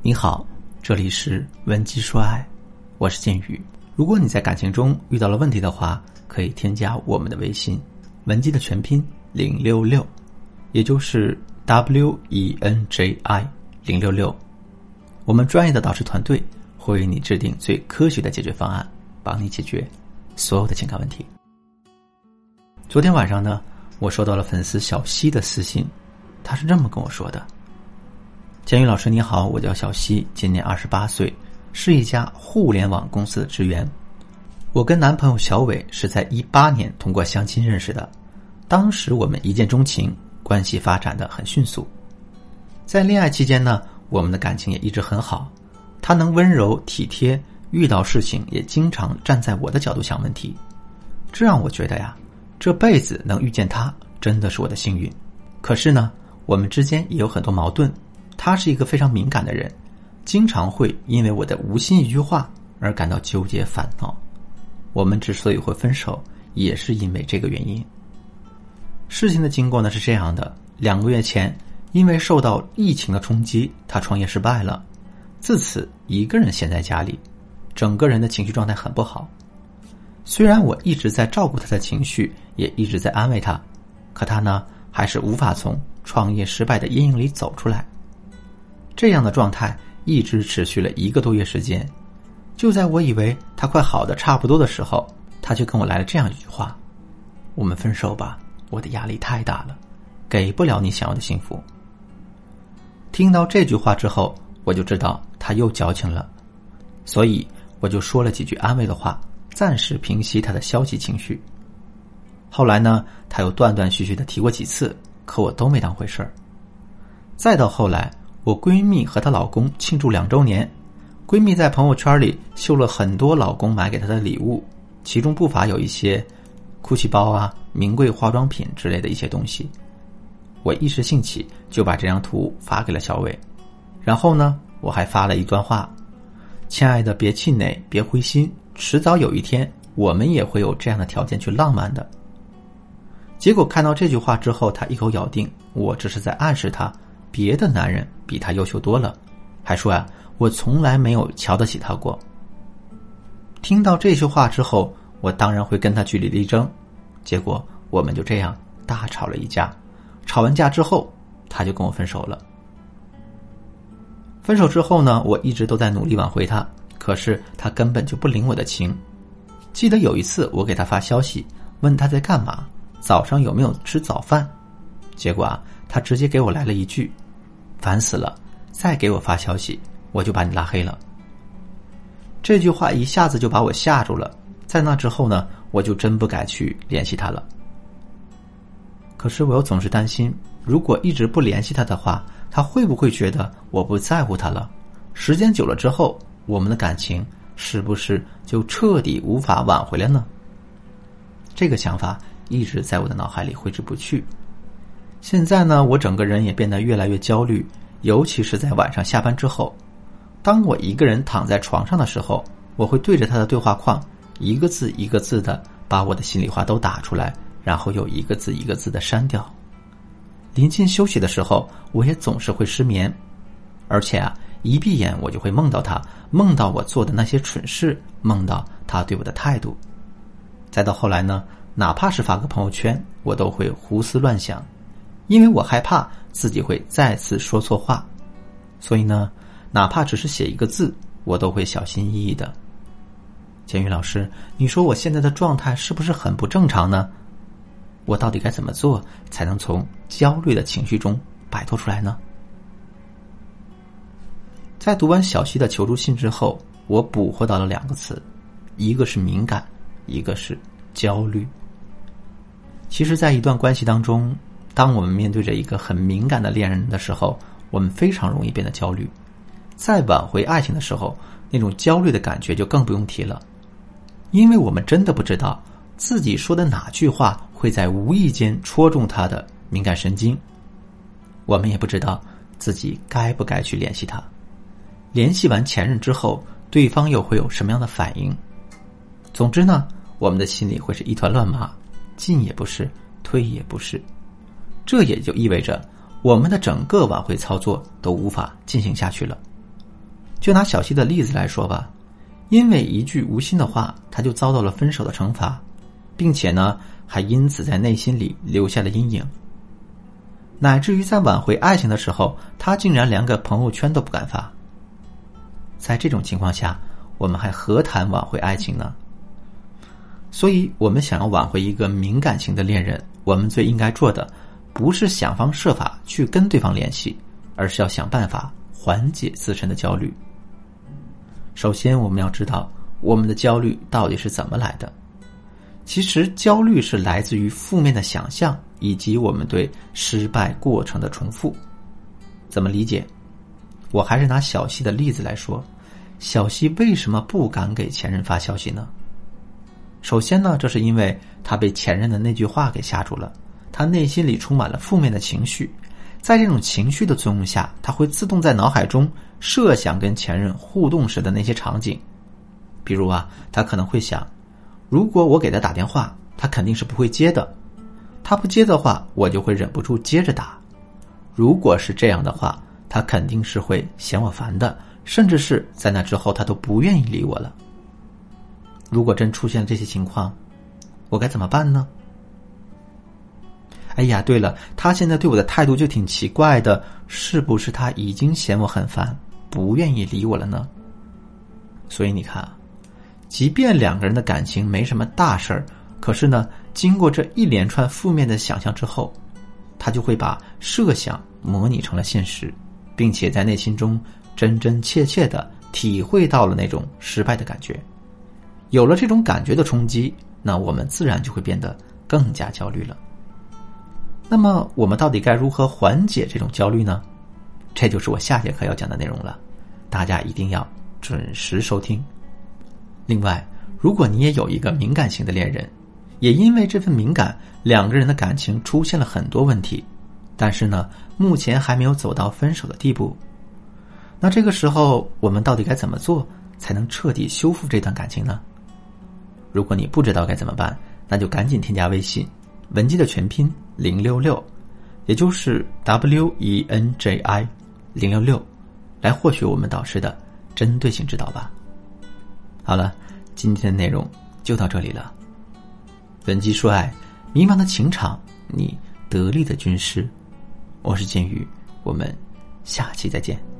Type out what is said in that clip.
你好，这里是文姬说爱，我是建宇。如果你在感情中遇到了问题的话，可以添加我们的微信文姬的全拼066，也就是WENJI066。我们专业的导师团队会为你制定最科学的解决方案，帮你解决所有的情感问题。昨天晚上呢，我收到了粉丝小西的私信，他是这么跟我说的：建宇老师你好，我叫小西，今年28岁，是一家互联网公司的职员。我跟男朋友小伟是在18年通过相亲认识的，当时我们一见钟情，关系发展得很迅速。在恋爱期间呢，我们的感情也一直很好，他能温柔体贴，遇到事情也经常站在我的角度想问题，这让我觉得呀，这辈子能遇见他真的是我的幸运。可是呢，我们之间也有很多矛盾，他是一个非常敏感的人，经常会因为我的无心一句话而感到纠结烦恼。我们之所以会分手，也是因为这个原因。事情的经过呢是这样的，2个月前，因为受到疫情的冲击，他创业失败了，自此一个人闲在家里，整个人的情绪状态很不好。虽然我一直在照顾他的情绪，也一直在安慰他，可他呢还是无法从创业失败的阴影里走出来。这样的状态一直持续了1个多月时间。就在我以为他快好的差不多的时候，他就跟我来了这样一句话：我们分手吧，我的压力太大了，给不了你想要的幸福。听到这句话之后，我就知道他又矫情了，所以我就说了几句安慰的话，暂时平息他的消极情绪。后来呢，他又断断续续的提过几次，可我都没当回事儿。再到后来，我闺蜜和她老公庆祝2周年，闺蜜在朋友圈里秀了很多老公买给她的礼物，其中不乏有一些GUCCI包啊、名贵化妆品之类的一些东西。我一时兴起就把这张图发给了小伟，然后呢，我还发了一段话：亲爱的，别气馁，别灰心，迟早有一天我们也会有这样的条件去浪漫的。结果看到这句话之后，他一口咬定我只是在暗示他别的男人比他优秀多了，还说啊，我从来没有瞧得起他过。听到这句话之后，我当然会跟他据理力争，结果我们就这样大吵了一架。吵完架之后，他就跟我分手了。分手之后呢，我一直都在努力挽回他，可是他根本就不领我的情。记得有一次我给他发消息，问他在干嘛，早上有没有吃早饭，结果啊，他直接给我来了一句：烦死了，再给我发消息我就把你拉黑了。这句话一下子就把我吓住了，在那之后呢，我就真不敢去联系他了。可是我又总是担心，如果一直不联系他的话，他会不会觉得我不在乎他了？时间久了之后，我们的感情是不是就彻底无法挽回了呢？这个想法一直在我的脑海里挥之不去。现在呢，我整个人也变得越来越焦虑，尤其是在晚上下班之后，当我一个人躺在床上的时候，我会对着他的对话框一个字一个字的把我的心里话都打出来，然后又一个字一个字的删掉。临近休息的时候，我也总是会失眠，而且啊，一闭眼我就会梦到他，梦到我做的那些蠢事，梦到他对我的态度。再到后来呢，哪怕是发个朋友圈，我都会胡思乱想，因为我害怕自己会再次说错话，所以呢，哪怕只是写一个字，我都会小心翼翼的。建宇老师，你说我现在的状态是不是很不正常呢？我到底该怎么做才能从焦虑的情绪中摆脱出来呢？在读完小西的求助信之后，我捕获到了2个词，一个是敏感，一个是焦虑。其实在一段关系当中，当我们面对着一个很敏感的恋人的时候，我们非常容易变得焦虑。在挽回爱情的时候，那种焦虑的感觉就更不用提了，因为我们真的不知道自己说的哪句话会在无意间戳中他的敏感神经，我们也不知道自己该不该去联系他，联系完前任之后，对方又会有什么样的反应。总之呢，我们的心里会是一团乱麻，进也不是，退也不是。这也就意味着我们的整个挽回操作都无法进行下去了。 就拿小西的例子来说吧，因为一句无心的话，他就遭到了分手的惩罚，并且呢，还因此在内心里留下了阴影。乃至于在挽回爱情的时候，他竟然连个朋友圈都不敢发。在这种情况下，我们还何谈挽回爱情呢？所以我们想要挽回一个敏感型的恋人，我们最应该做的不是想方设法去跟对方联系，而是要想办法缓解自身的焦虑。首先我们要知道我们的焦虑到底是怎么来的。其实焦虑是来自于负面的想象以及我们对失败过程的重复。怎么理解？我还是拿小西的例子来说，小西为什么不敢给前任发消息呢？首先呢，这是因为他被前任的那句话给吓住了，他内心里充满了负面的情绪，在这种情绪的作用下，他会自动在脑海中设想跟前任互动时的那些场景。比如他可能会想，如果我给他打电话，他肯定是不会接的，他不接的话，我就会忍不住接着打。如果是这样的话，他肯定是会嫌我烦的，甚至是在那之后他都不愿意理我了。如果真出现这些情况，我该怎么办呢？哎呀，对了，他现在对我的态度就挺奇怪的，是不是他已经嫌我很烦，不愿意理我了呢？所以你看，即便两个人的感情没什么大事儿，可是呢，经过这一连串负面的想象之后，他就会把设想模拟成了现实，并且在内心中真真切切地体会到了那种失败的感觉。有了这种感觉的冲击，那我们自然就会变得更加焦虑了。那么我们到底该如何缓解这种焦虑呢？这就是我下节课要讲的内容了，大家一定要准时收听。另外，如果你也有一个敏感型的恋人，也因为这份敏感，两个人的感情出现了很多问题，但是呢，目前还没有走到分手的地步。那这个时候，我们到底该怎么做才能彻底修复这段感情呢？如果你不知道该怎么办，那就赶紧添加微信文姬的全拼066，也就是 WENJI 066，来获取我们导师的针对性指导吧。好了，今天的内容就到这里了。文姬说爱，迷茫的情场，你得力的军师。我是剑宇，我们下期再见。